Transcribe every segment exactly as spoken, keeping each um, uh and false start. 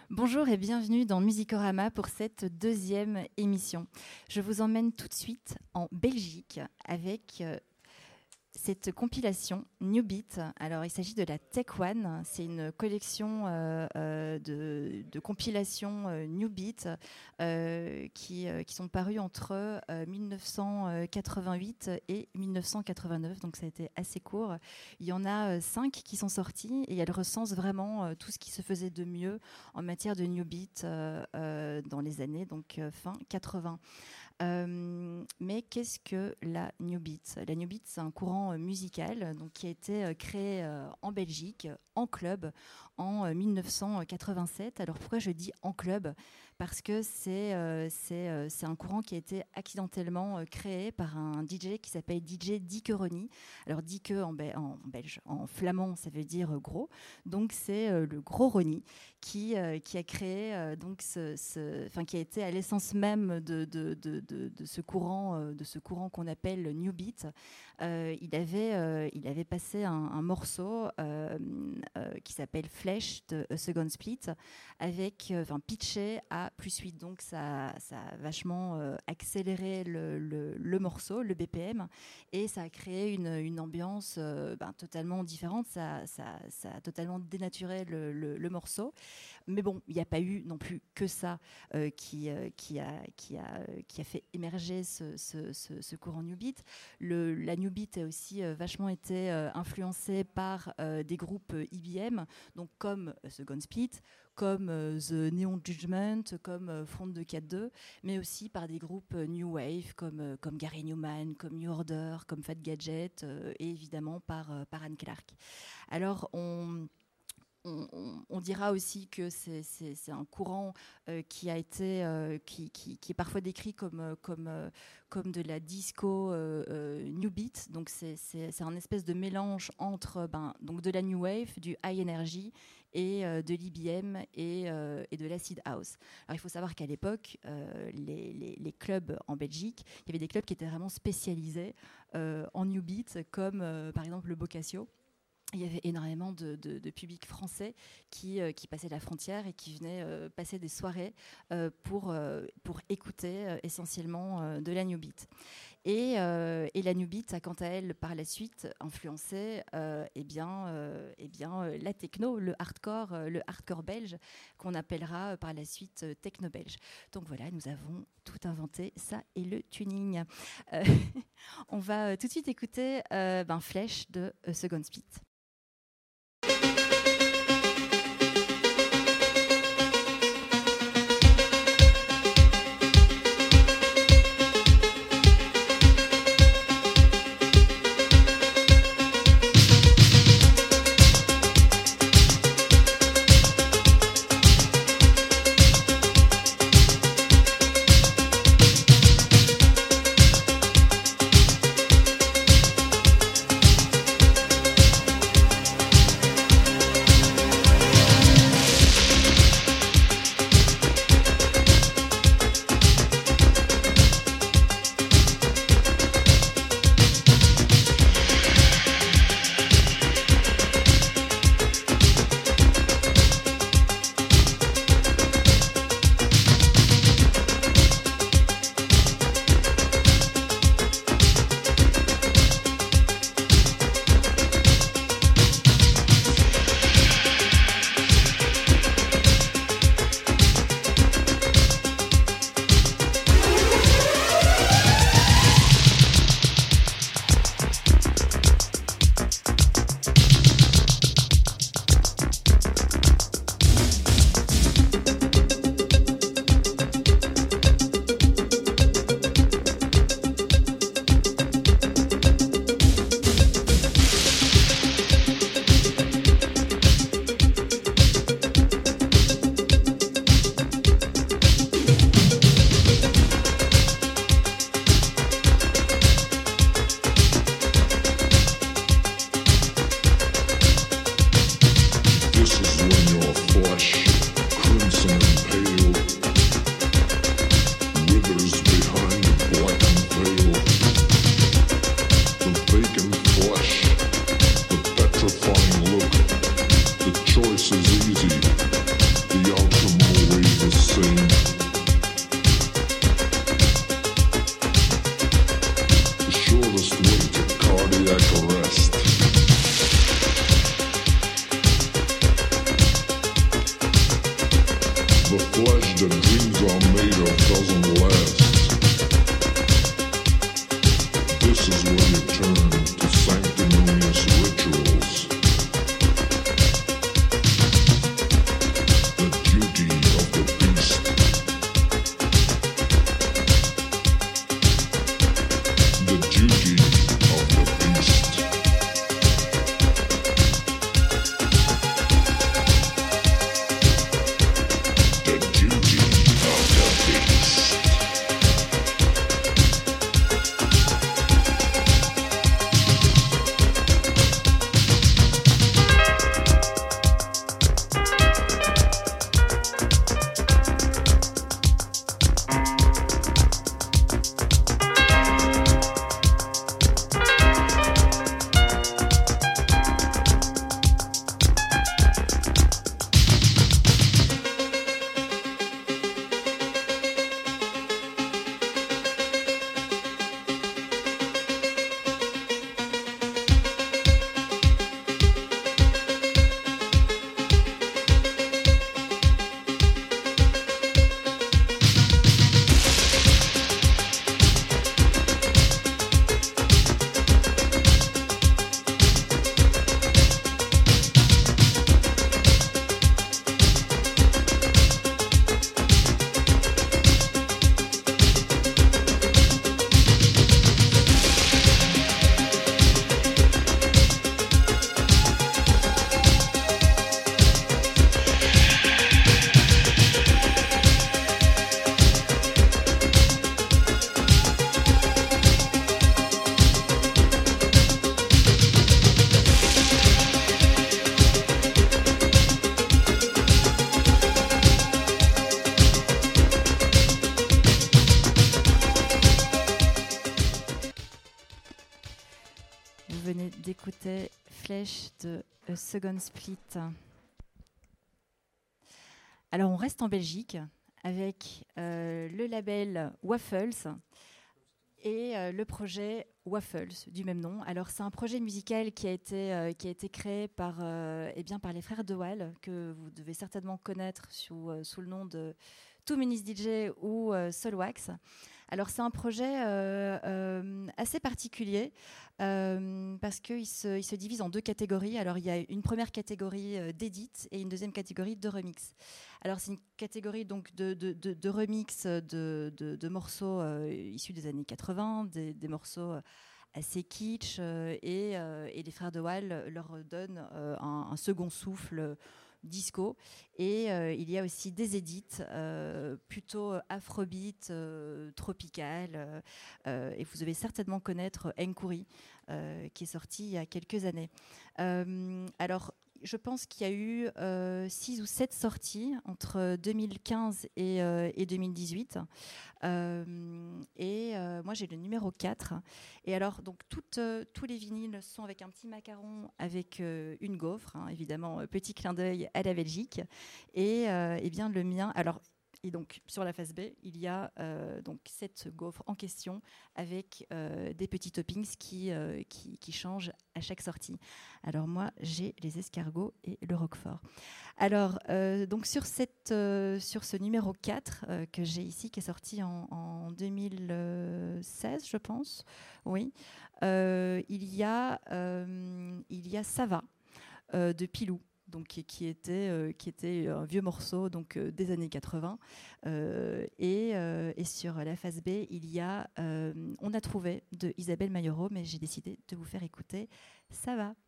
Bonjour et bienvenue dans Musicorama pour cette deuxième émission. Je vous emmène tout de suite en Belgique avec euh, cette compilation New Beat. Alors, il s'agit de la Tech One. C'est une collection euh, euh, de, de compilations euh, New Beat euh, qui, euh, qui sont parues entre euh, dix-neuf cent quatre-vingt-huit et dix-neuf cent quatre-vingt-neuf. Donc, ça a été assez court. Il y en a euh, cinq qui sont sorties et elles recensent vraiment euh, tout ce qui se faisait de mieux en matière de New Beat euh, euh, dans les années donc, euh, fin quatre-vingts. Euh, mais qu'est-ce que la New Beat ? La New Beat, c'est un courant euh, musical donc, qui a été euh, créé euh, en Belgique, en club, en euh, dix-neuf cent quatre-vingt-sept. Alors pourquoi je dis en club ? Parce que c'est, euh, c'est, euh, c'est un courant qui a été accidentellement euh, créé par un D J qui s'appelle D J Dikke Ronnie. Alors Dikke en, be- en belge, en flamand, ça veut dire euh, gros. Donc c'est euh, le gros Ronnie qui, euh, qui a créé, euh, donc ce, ce, enfin, qui a été à l'essence même de, de, de, de, de ce courant, euh, de ce courant qu'on appelle New Beat. Euh, il, avait, euh, il avait passé un, un morceau euh, euh, qui s'appelle Flesh de A Second Split, avec, euh, enfin, pitché à plus huit. Donc ça, ça a vachement euh, accéléré le, le, le morceau, le B P M, et ça a créé une, une ambiance euh, ben, totalement différente. Ça, ça, ça a totalement dénaturé le, le, le morceau. Mais bon, il n'y a pas eu non plus que ça euh, qui, euh, qui, a, qui, a, qui a fait émerger ce, ce, ce, ce courant New Beat. Le, la New Beat a aussi euh, vachement été euh, influencée par euh, des groupes euh, I B M, donc comme euh, Second Split, comme euh, The Neon Judgment, comme euh, Front deux quatre deux, mais aussi par des groupes euh, New Wave, comme, euh, comme Gary Newman, comme New Order, comme Fat Gadget, euh, et évidemment par, euh, par Anne Clark. Alors, on... On, on, on dira aussi que c'est, c'est, c'est un courant euh, qui a été, euh, qui, qui, qui est parfois décrit comme, comme, euh, comme de la disco euh, euh, New Beat. Donc c'est, c'est, c'est un espèce de mélange entre ben, donc de la New Wave, du High Energy et euh, de l'I B M et, euh, et de l'Acid House. Alors il faut savoir qu'à l'époque, euh, les, les, les clubs en Belgique, il y avait des clubs qui étaient vraiment spécialisés euh, en New Beat, comme euh, par exemple le Boccaccio. Il y avait énormément de, de, de public français qui, euh, qui passait la frontière et qui venait euh, passer des soirées euh, pour, euh, pour écouter euh, essentiellement euh, de la New Beat. Et, euh, et la New Beat a quant à elle par la suite influencé euh, eh bien, euh, eh bien, euh, la techno, le hardcore, euh, le hardcore belge qu'on appellera euh, par la suite euh, techno belge. Donc voilà, nous avons tout inventé, ça et le tuning. Euh, on va euh, tout de suite écouter euh, ben, Flesh de A Second Split. The flesh that dreams are made of doesn't last. This is where you turn to sanctimonious rituals. The duty of the beast. The duty of the beast. The duty of the beast. Vous venez d'écouter Flèche de A Second Split. Alors on reste en Belgique avec euh, le label Waffles et euh, le projet Waffles du même nom. Alors c'est un projet musical qui a été, euh, qui a été créé par, euh, eh bien, par les frères De Waal, que vous devez certainement connaître sous, euh, sous le nom de Two Minutes D J ou euh, Soulwax. Alors c'est un projet euh, euh, assez particulier euh, parce qu'il se, il se divise en deux catégories. Alors il y a une première catégorie euh, d'édit et une deuxième catégorie de remix. Alors c'est une catégorie donc de, de, de, de remix de, de, de morceaux euh, issus des années quatre-vingts, des, des morceaux assez kitsch euh, et, euh, et les frères De Waal leur donnent euh, un, un second souffle disco, et euh, il y a aussi des édits euh, plutôt afrobeat, euh, tropical, euh, et vous devez certainement connaître Nkouri, euh, qui est sorti il y a quelques années. Euh, alors, je pense qu'il y a eu euh, six ou sept sorties entre deux mille quinze et, euh, et deux mille dix-huit. Euh, et euh, moi, j'ai le numéro quatre. Et alors, donc, toutes, euh, tous les vinyles sont avec un petit macaron avec euh, une gaufre, hein, évidemment, euh, petit clin d'œil à la Belgique. Et, euh, et bien, le mien... Alors, et donc, sur la face B, il y a euh, donc cette gaufre en question avec euh, des petits toppings qui, euh, qui, qui changent à chaque sortie. Alors moi, j'ai les escargots et le roquefort. Alors, euh, donc sur, cette, euh, sur ce numéro quatre euh, que j'ai ici, qui est sorti en, en deux mille seize, je pense, oui, euh, il y a, euh, il y a Ça va euh, de Pilou. Donc, qui, qui, était, euh, qui était un vieux morceau donc, euh, des années quatre-vingts. Euh, et, euh, et sur la face B, il y a euh, On a trouvé de Isabelle Maillereau, mais j'ai décidé de vous faire écouter Ça va.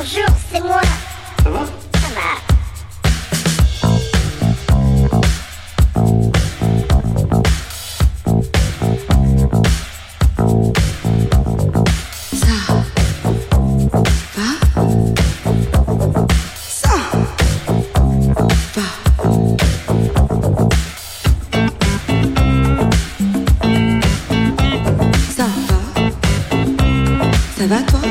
bonjour, c'est moi. Ça va? Ça va. Ça va toi?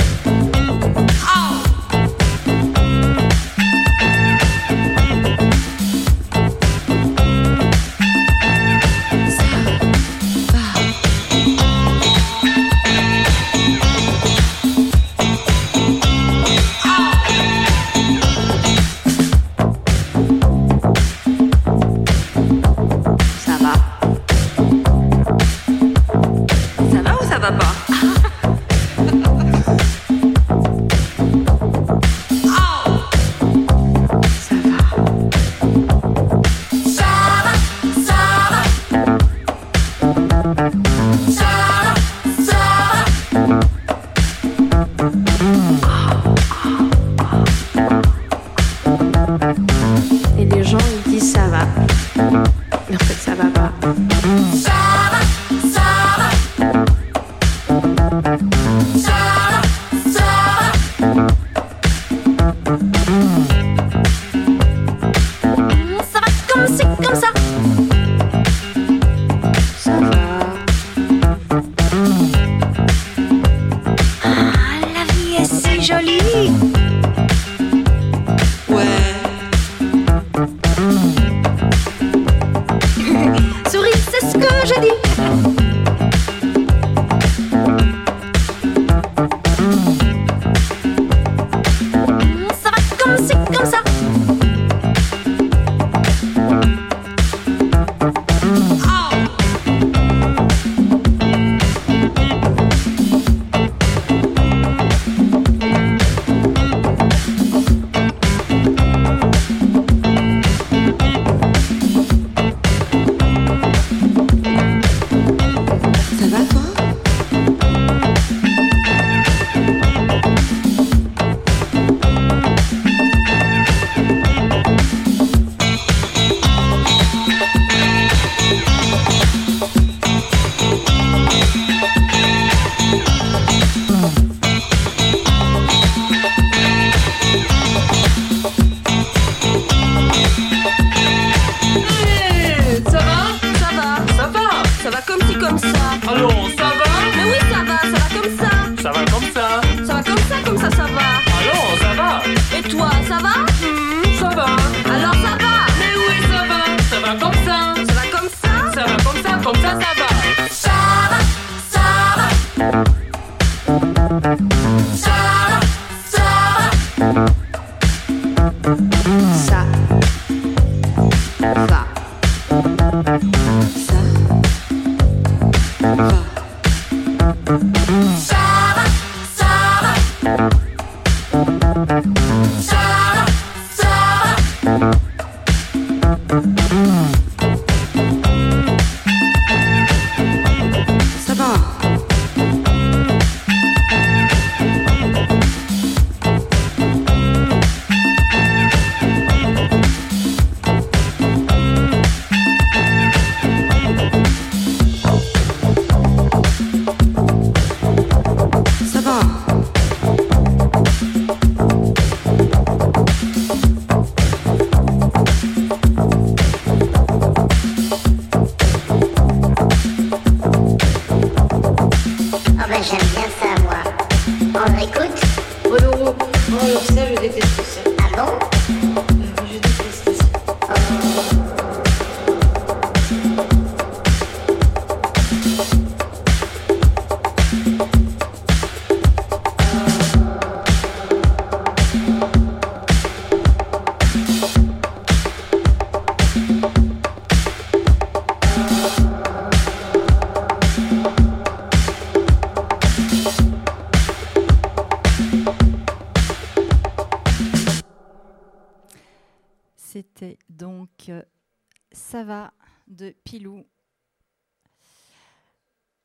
C'était donc euh, Ça va de Pilou.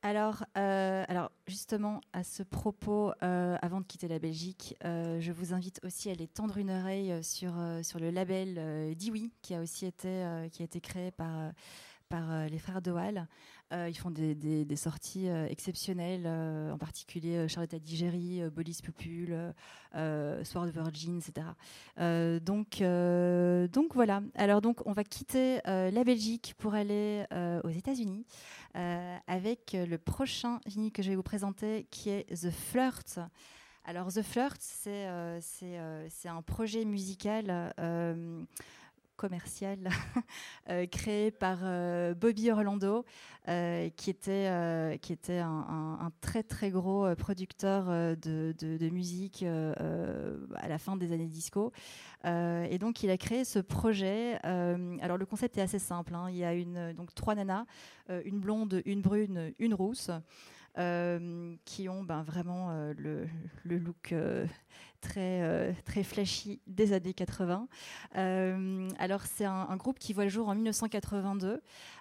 Alors, euh, alors, justement, à ce propos, euh, avant de quitter la Belgique, euh, je vous invite aussi à aller tendre une oreille sur, euh, sur le label euh, Dioui, qui a aussi été, euh, qui a été créé par, euh, par euh, les frères de Waal. Euh, ils font des, des, des sorties euh, exceptionnelles, euh, en particulier euh, Charlotte Adigéry, euh, Bolis Pupul, euh, Sword Virgin, et cetera. Euh, donc, euh, donc voilà. Alors donc, on va quitter euh, la Belgique pour aller euh, aux États-Unis euh, avec le prochain vinyle que je vais vous présenter, qui est The Flirt. Alors The Flirt, c'est euh, c'est euh, c'est un projet musical. Euh, commercial euh, créé par euh, Bobby Orlando, euh, qui était, euh, qui était un, un, un très très gros euh, producteur euh, de, de, de musique euh, euh, à la fin des années disco. Euh, et donc il a créé ce projet. Euh, alors le concept est assez simple, hein. Il y a une, donc, trois nanas, euh, une blonde, une brune, une rousse, euh, qui ont ben, vraiment euh, le, le look... Euh, très, euh, très flashy des années quatre-vingts. Euh, alors, c'est un, un groupe qui voit le jour en dix-neuf cent quatre-vingt-deux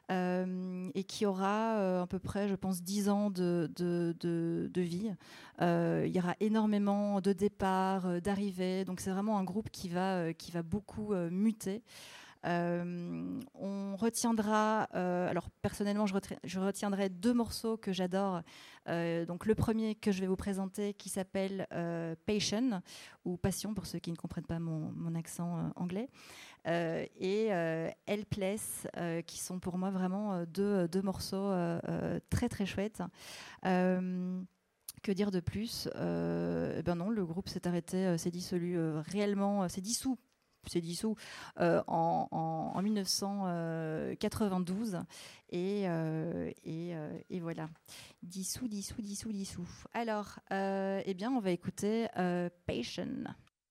euh, et qui aura euh, à peu près, je pense, dix ans de, de, de, de vie. Euh, il y aura énormément de départs, euh, d'arrivées. Donc, c'est vraiment un groupe qui va, euh, qui va beaucoup euh, muter. Euh, on retiendra, euh, alors personnellement je, retra- je retiendrai deux morceaux que j'adore. Euh, donc le premier que je vais vous présenter qui s'appelle euh, Passion, ou Passion pour ceux qui ne comprennent pas mon, mon accent euh, anglais, euh, et euh, Helpless, euh, qui sont pour moi vraiment euh, deux, deux morceaux euh, euh, très très chouettes. Euh, Que dire de plus ? euh, Eh ben non, le groupe s'est arrêté, euh, s'est dissolu euh, réellement, euh, s'est dissous. s'est dissous euh, en, en, en dix-neuf cent quatre-vingt-douze et, euh, et, euh, et voilà, dissous, dissous, dissous, dissous. Alors, euh, eh bien, on va écouter euh, Passion.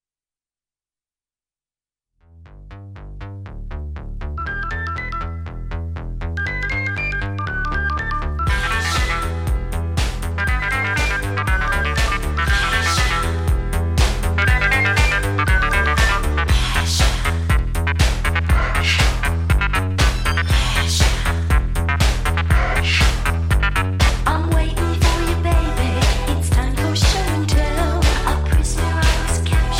I'm waiting for you, baby. It's time for show and tell. A prisoner I was captured.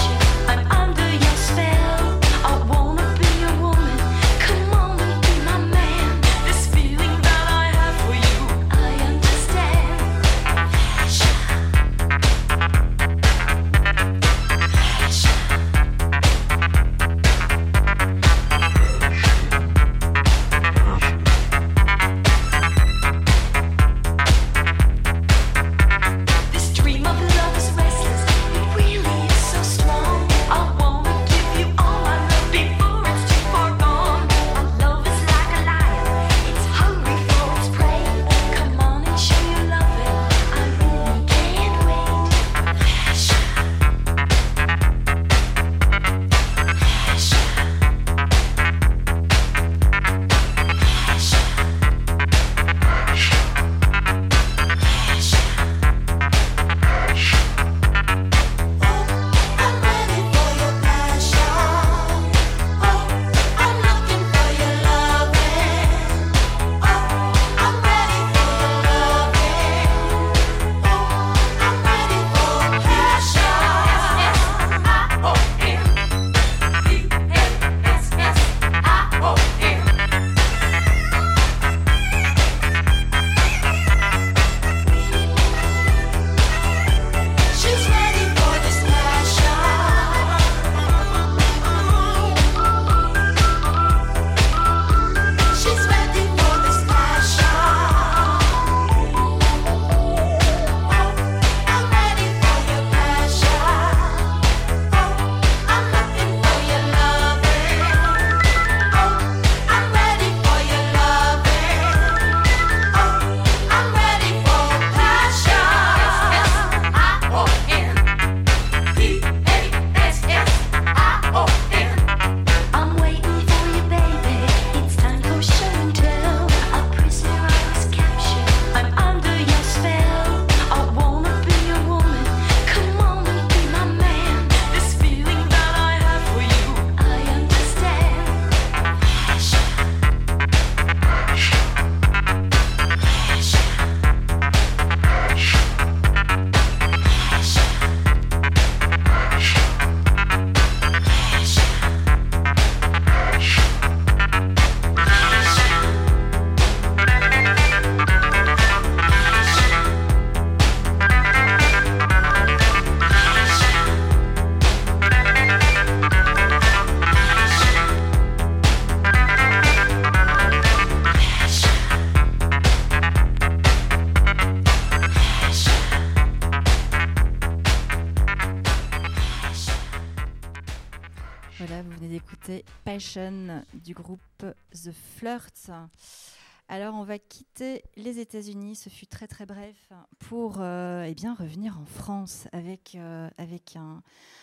Voilà, vous venez d'écouter Passion du groupe The Flirts. Alors, on va quitter les États-Unis, ce fut très très bref, pour euh, eh bien, revenir en France avec, euh, avec un,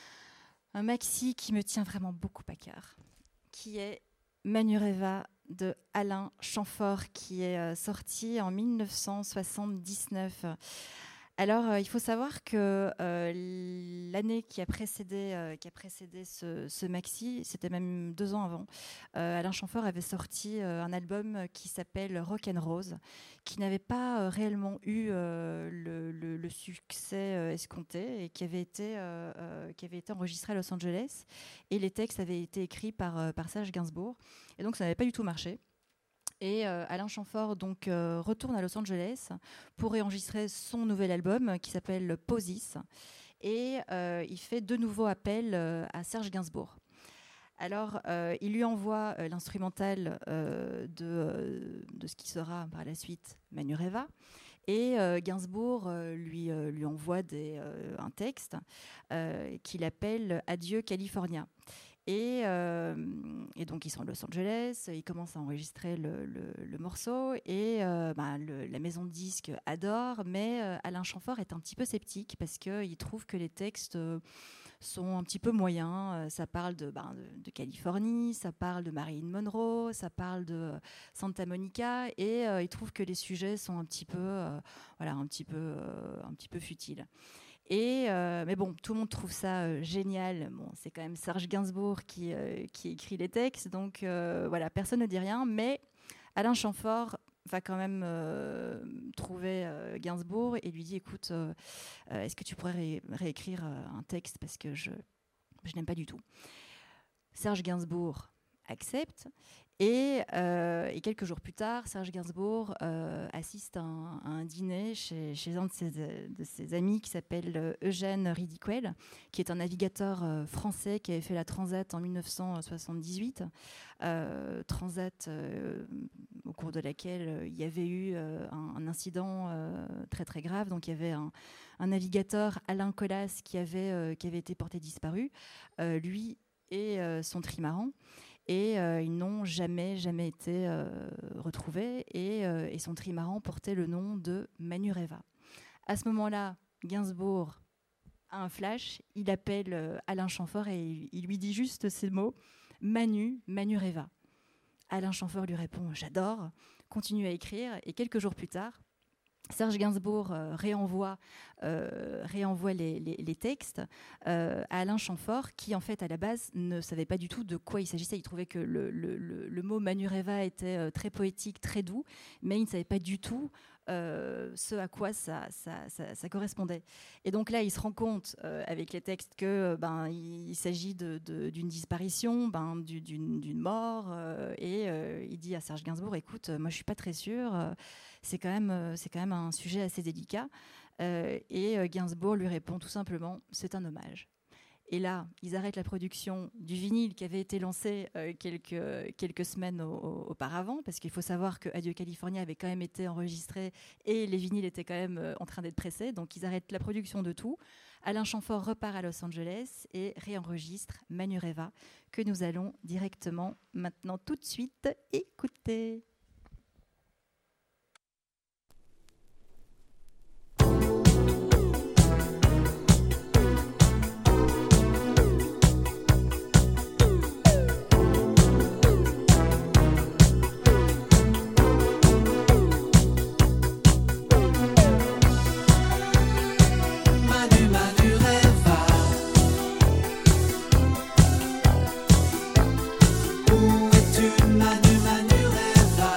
un maxi qui me tient vraiment beaucoup à cœur, qui est Manureva de Alain Chamfort, qui est euh, sorti en dix-neuf cent soixante-dix-neuf. Alors, euh, il faut savoir que euh, l'année qui a précédé, euh, qui a précédé ce, ce maxi, c'était même deux ans avant, euh, Alain Chamfort avait sorti euh, un album qui s'appelle Rock and Rose, qui n'avait pas euh, réellement eu euh, le, le, le succès euh, escompté et qui avait, été, euh, euh, qui avait été enregistré à Los Angeles. Et les textes avaient été écrits par, euh, par Serge Gainsbourg. Et donc, ça n'avait pas du tout marché. Et euh, Alain Chamfort donc, euh, retourne à Los Angeles pour réenregistrer son nouvel album qui s'appelle Posis. Et euh, il fait de nouveau appel euh, à Serge Gainsbourg. Alors, euh, il lui envoie euh, l'instrumental euh, de, euh, de ce qui sera par la suite Manureva. Et euh, Gainsbourg euh, lui, euh, lui envoie des, euh, un texte euh, qu'il appelle « Adieu California ». Et, euh, et donc, ils sont à Los Angeles, ils commencent à enregistrer le, le, le morceau et euh, bah, le, la maison de disques adore, mais euh, Alain Chamfort est un petit peu sceptique parce qu'il trouve que les textes euh, sont un petit peu moyens. Euh, ça parle de, bah, de, de Californie, ça parle de Marilyn Monroe, ça parle de Santa Monica et euh, il trouve que les sujets sont un petit peu, euh, voilà, un petit peu, euh, un petit peu futiles. Et euh, mais bon, tout le monde trouve ça euh, génial. Bon, c'est quand même Serge Gainsbourg qui, euh, qui écrit les textes, donc euh, voilà, personne ne dit rien. Mais Alain Chamfort va quand même euh, trouver euh, Gainsbourg et lui dit écoute, euh, euh, est-ce que tu pourrais ré- réécrire euh, un texte parce que je, je n'aime pas du tout. Serge Gainsbourg accepte. Et, euh, et quelques jours plus tard, Serge Gainsbourg euh, assiste à un, à un dîner chez, chez un de ses, de ses amis qui s'appelle Eugène Ridicuel, qui est un navigateur euh, français qui avait fait la Transat en dix-neuf cent soixante-dix-huit. Euh, Transat euh, au cours de laquelle euh, il y avait eu euh, un, un incident euh, très très grave. Donc il y avait un, un navigateur, Alain Colas, qui avait, euh, qui avait été porté disparu, euh, lui et euh, son trimaran. Et euh, ils n'ont jamais, jamais été euh, retrouvés. Et, euh, et son trimaran portait le nom de Manureva. À ce moment-là, Gainsbourg a un flash. Il appelle euh, Alain Chamfort et il, il lui dit juste ces mots « Manu, Manureva ». Alain Chamfort lui répond « J'adore », continue à écrire. Et quelques jours plus tard, Serge Gainsbourg euh, réenvoie, euh, réenvoie les, les, les textes euh, à Alain Chamfort, qui en fait à la base ne savait pas du tout de quoi il s'agissait. Il trouvait que le, le, le, le mot Manureva était euh, très poétique, très doux, mais il ne savait pas du tout euh, ce à quoi ça, ça, ça, ça correspondait. Et donc là, il se rend compte euh, avec les textes que ben, il, il s'agit de, de, d'une disparition, ben, du, d'une, d'une mort, euh, et euh, il dit à Serge Gainsbourg, écoute, moi je suis pas très sûr. Euh, C'est quand, même, c'est quand même un sujet assez délicat. Euh, et euh, Gainsbourg lui répond tout simplement « c'est un hommage ». Et là, ils arrêtent la production du vinyle qui avait été lancé euh, quelques, quelques semaines au, au, auparavant, parce qu'il faut savoir que Adieu California avait quand même été enregistré et les vinyles étaient quand même euh, en train d'être pressés. Donc ils arrêtent la production de tout. Alain Chamfort repart à Los Angeles et réenregistre Manureva, que nous allons directement maintenant tout de suite écouter. Où es-tu, Manu, Manureva?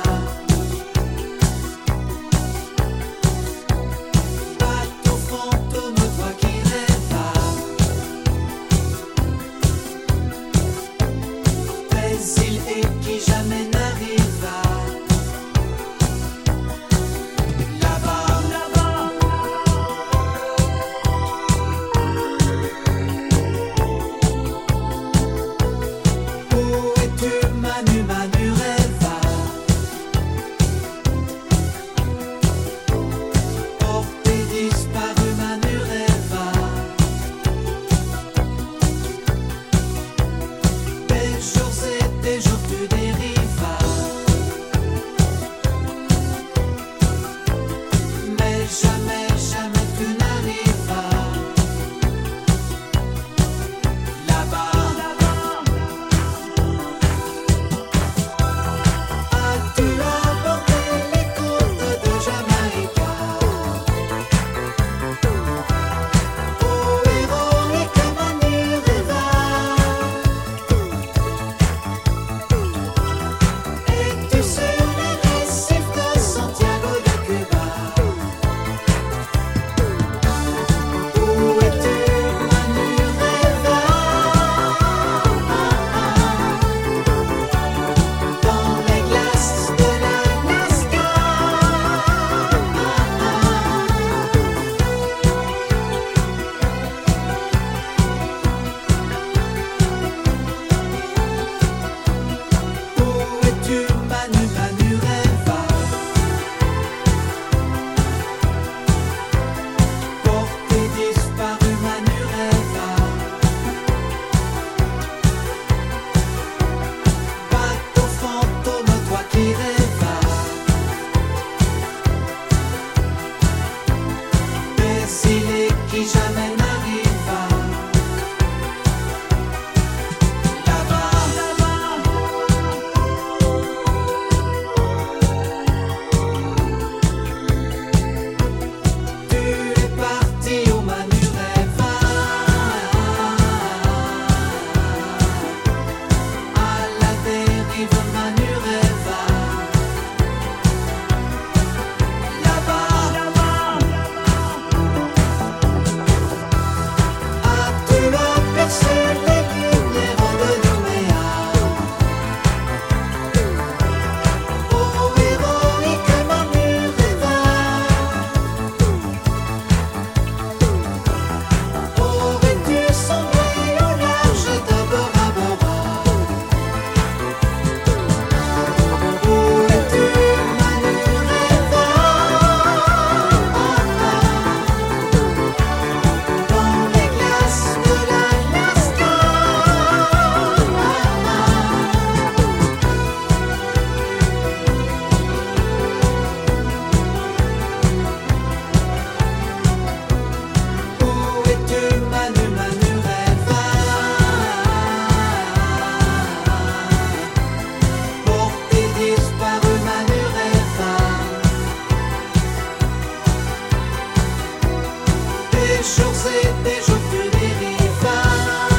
des jours plus vérifiables.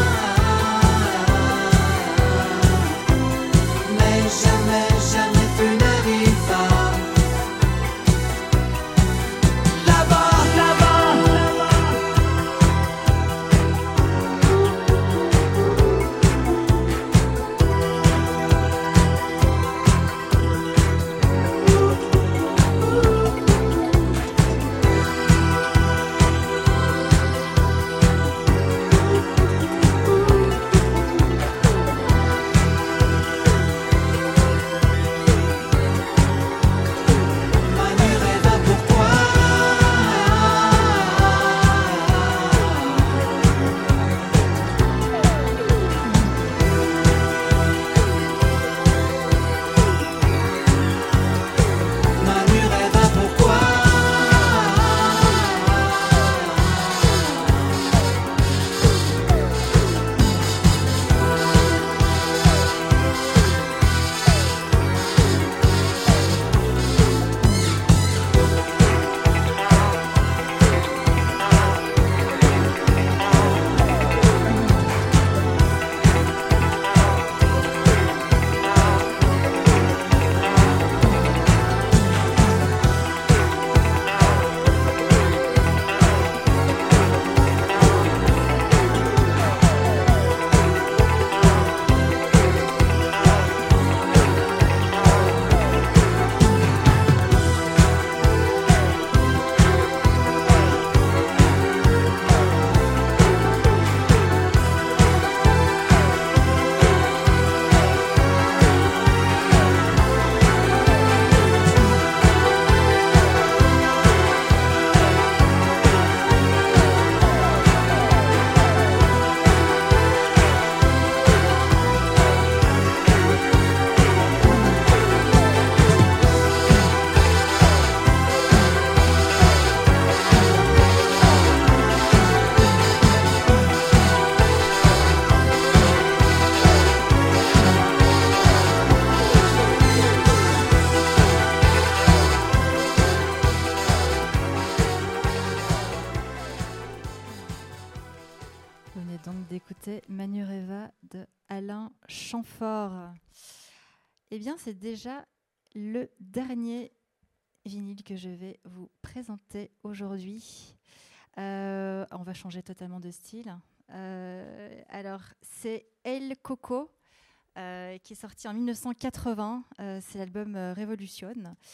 Mais jamais, jamais tu n'arrives pas. Là-bas, là-bas, là-bas. Manureva, pourquoi? Manureva, pourquoi? Vous venez donc d'écouter Manureva de Alain Chamfort. Eh bien, c'est déjà le dernier vinyle que je vais vous présenter aujourd'hui. Euh, on va changer totalement de style. Euh, alors, c'est El Coco, euh, qui est sorti en dix-neuf cent quatre-vingts. Euh, c'est l'album euh, Révolution.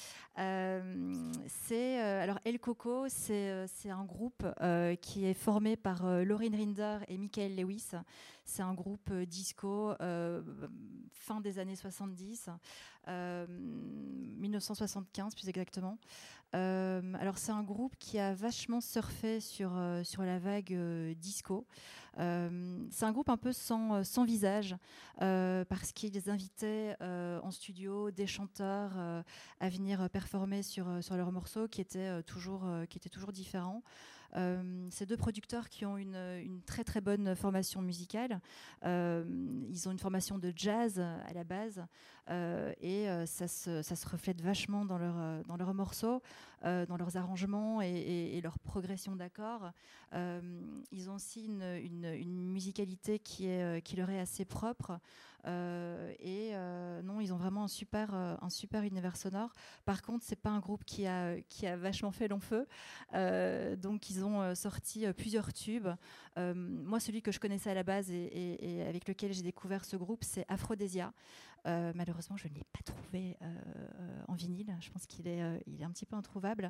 Euh, c'est, euh, alors El Coco, c'est, euh, c'est un groupe euh, qui est formé par euh, Lauryn Rinder et Michael Lewis. C'est un groupe euh, disco euh, fin des années soixante-dix, euh, dix-neuf cent soixante-quinze plus exactement. Euh, alors c'est un groupe qui a vachement surfé sur, euh, sur la vague euh, disco. Euh, c'est un groupe un peu sans, sans visage euh, parce qu'ils invitaient euh, en studio des chanteurs euh, à venir performer sur, sur leurs morceaux qui étaient, euh, toujours, euh, qui étaient toujours différents. Euh, c'est deux producteurs qui ont une, une très très bonne formation musicale. Euh, ils ont une formation de jazz à la base euh, et euh, ça, se, ça se reflète vachement dans, leur, dans leurs morceaux, euh, dans leurs arrangements et, et, et leur progression d'accords. Euh, ils ont aussi une, une, une musicalité qui, est, qui leur est assez propre. Euh, et euh, non, ils ont vraiment un super, euh, un super univers sonore. Par contre, c'est pas un groupe qui a, qui a vachement fait long feu. Euh, donc, ils ont euh, sorti euh, plusieurs tubes. Euh, moi, celui que je connaissais à la base et, et, et avec lequel j'ai découvert ce groupe, c'est Aphrodisia. Euh, malheureusement, je ne l'ai pas trouvé euh, en vinyle. Je pense qu'il est, euh, il est un petit peu introuvable.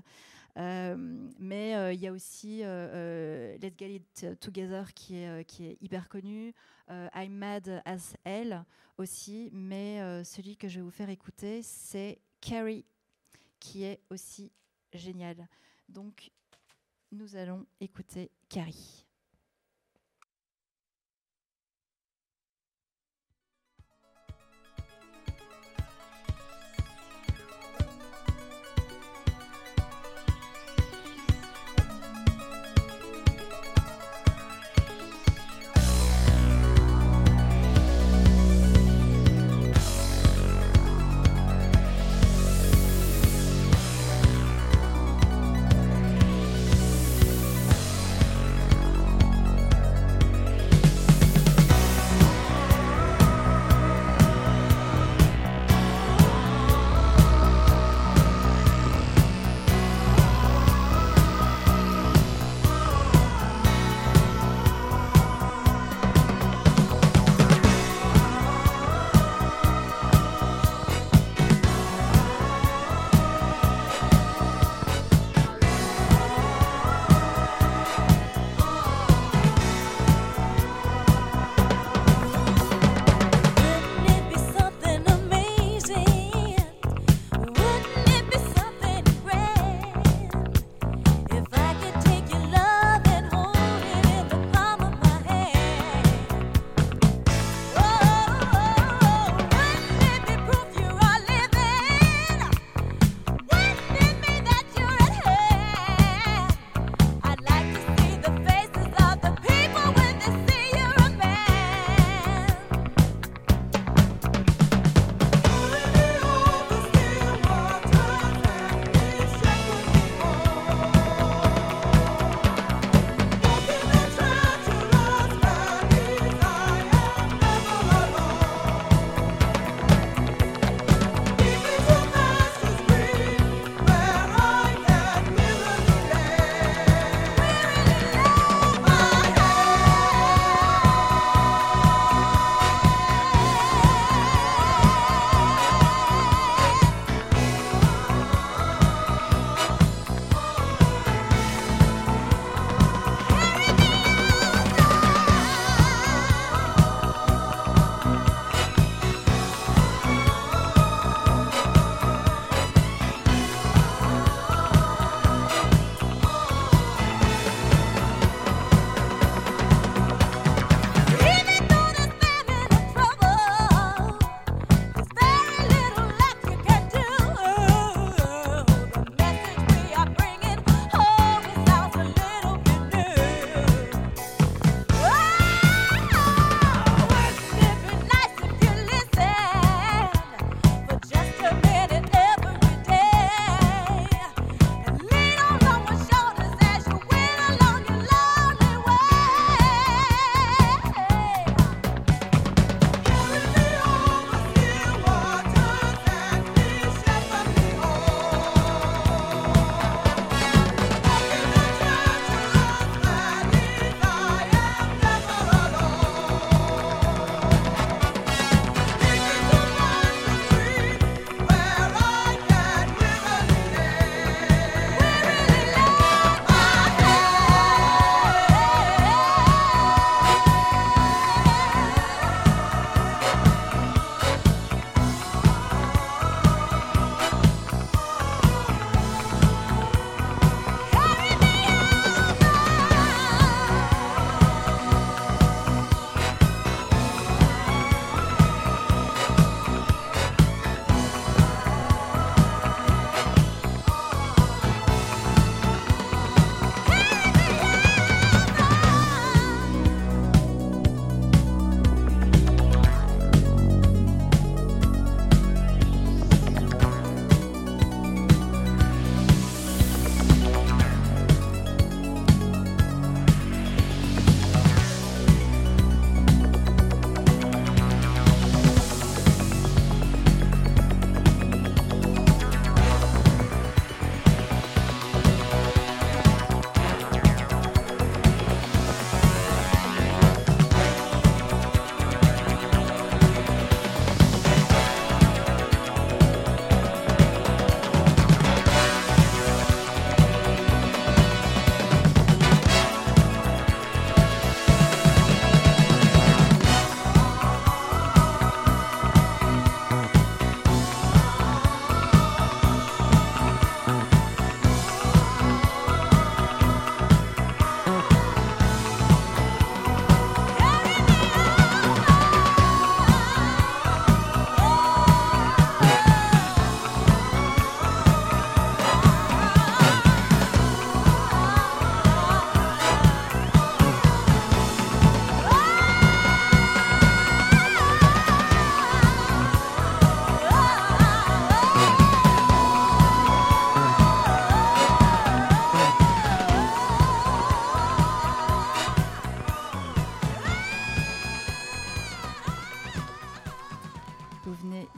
Euh, mais il euh, y a aussi euh, euh, Let's Get It Together qui est, euh, qui est hyper connu. Euh, I'm Mad as Hell aussi. Mais euh, celui que je vais vous faire écouter, c'est Carrie, qui est aussi génial. Donc, nous allons écouter Carrie. Carrie,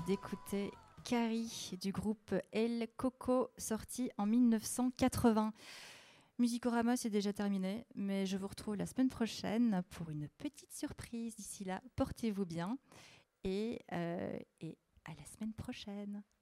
d'écouter Carrie du groupe El Coco, sorti en mille neuf cent quatre-vingts. Musicorama, c'est déjà terminé, mais je vous retrouve la semaine prochaine pour une petite surprise. D'ici là, portez-vous bien et, euh, et à la semaine prochaine.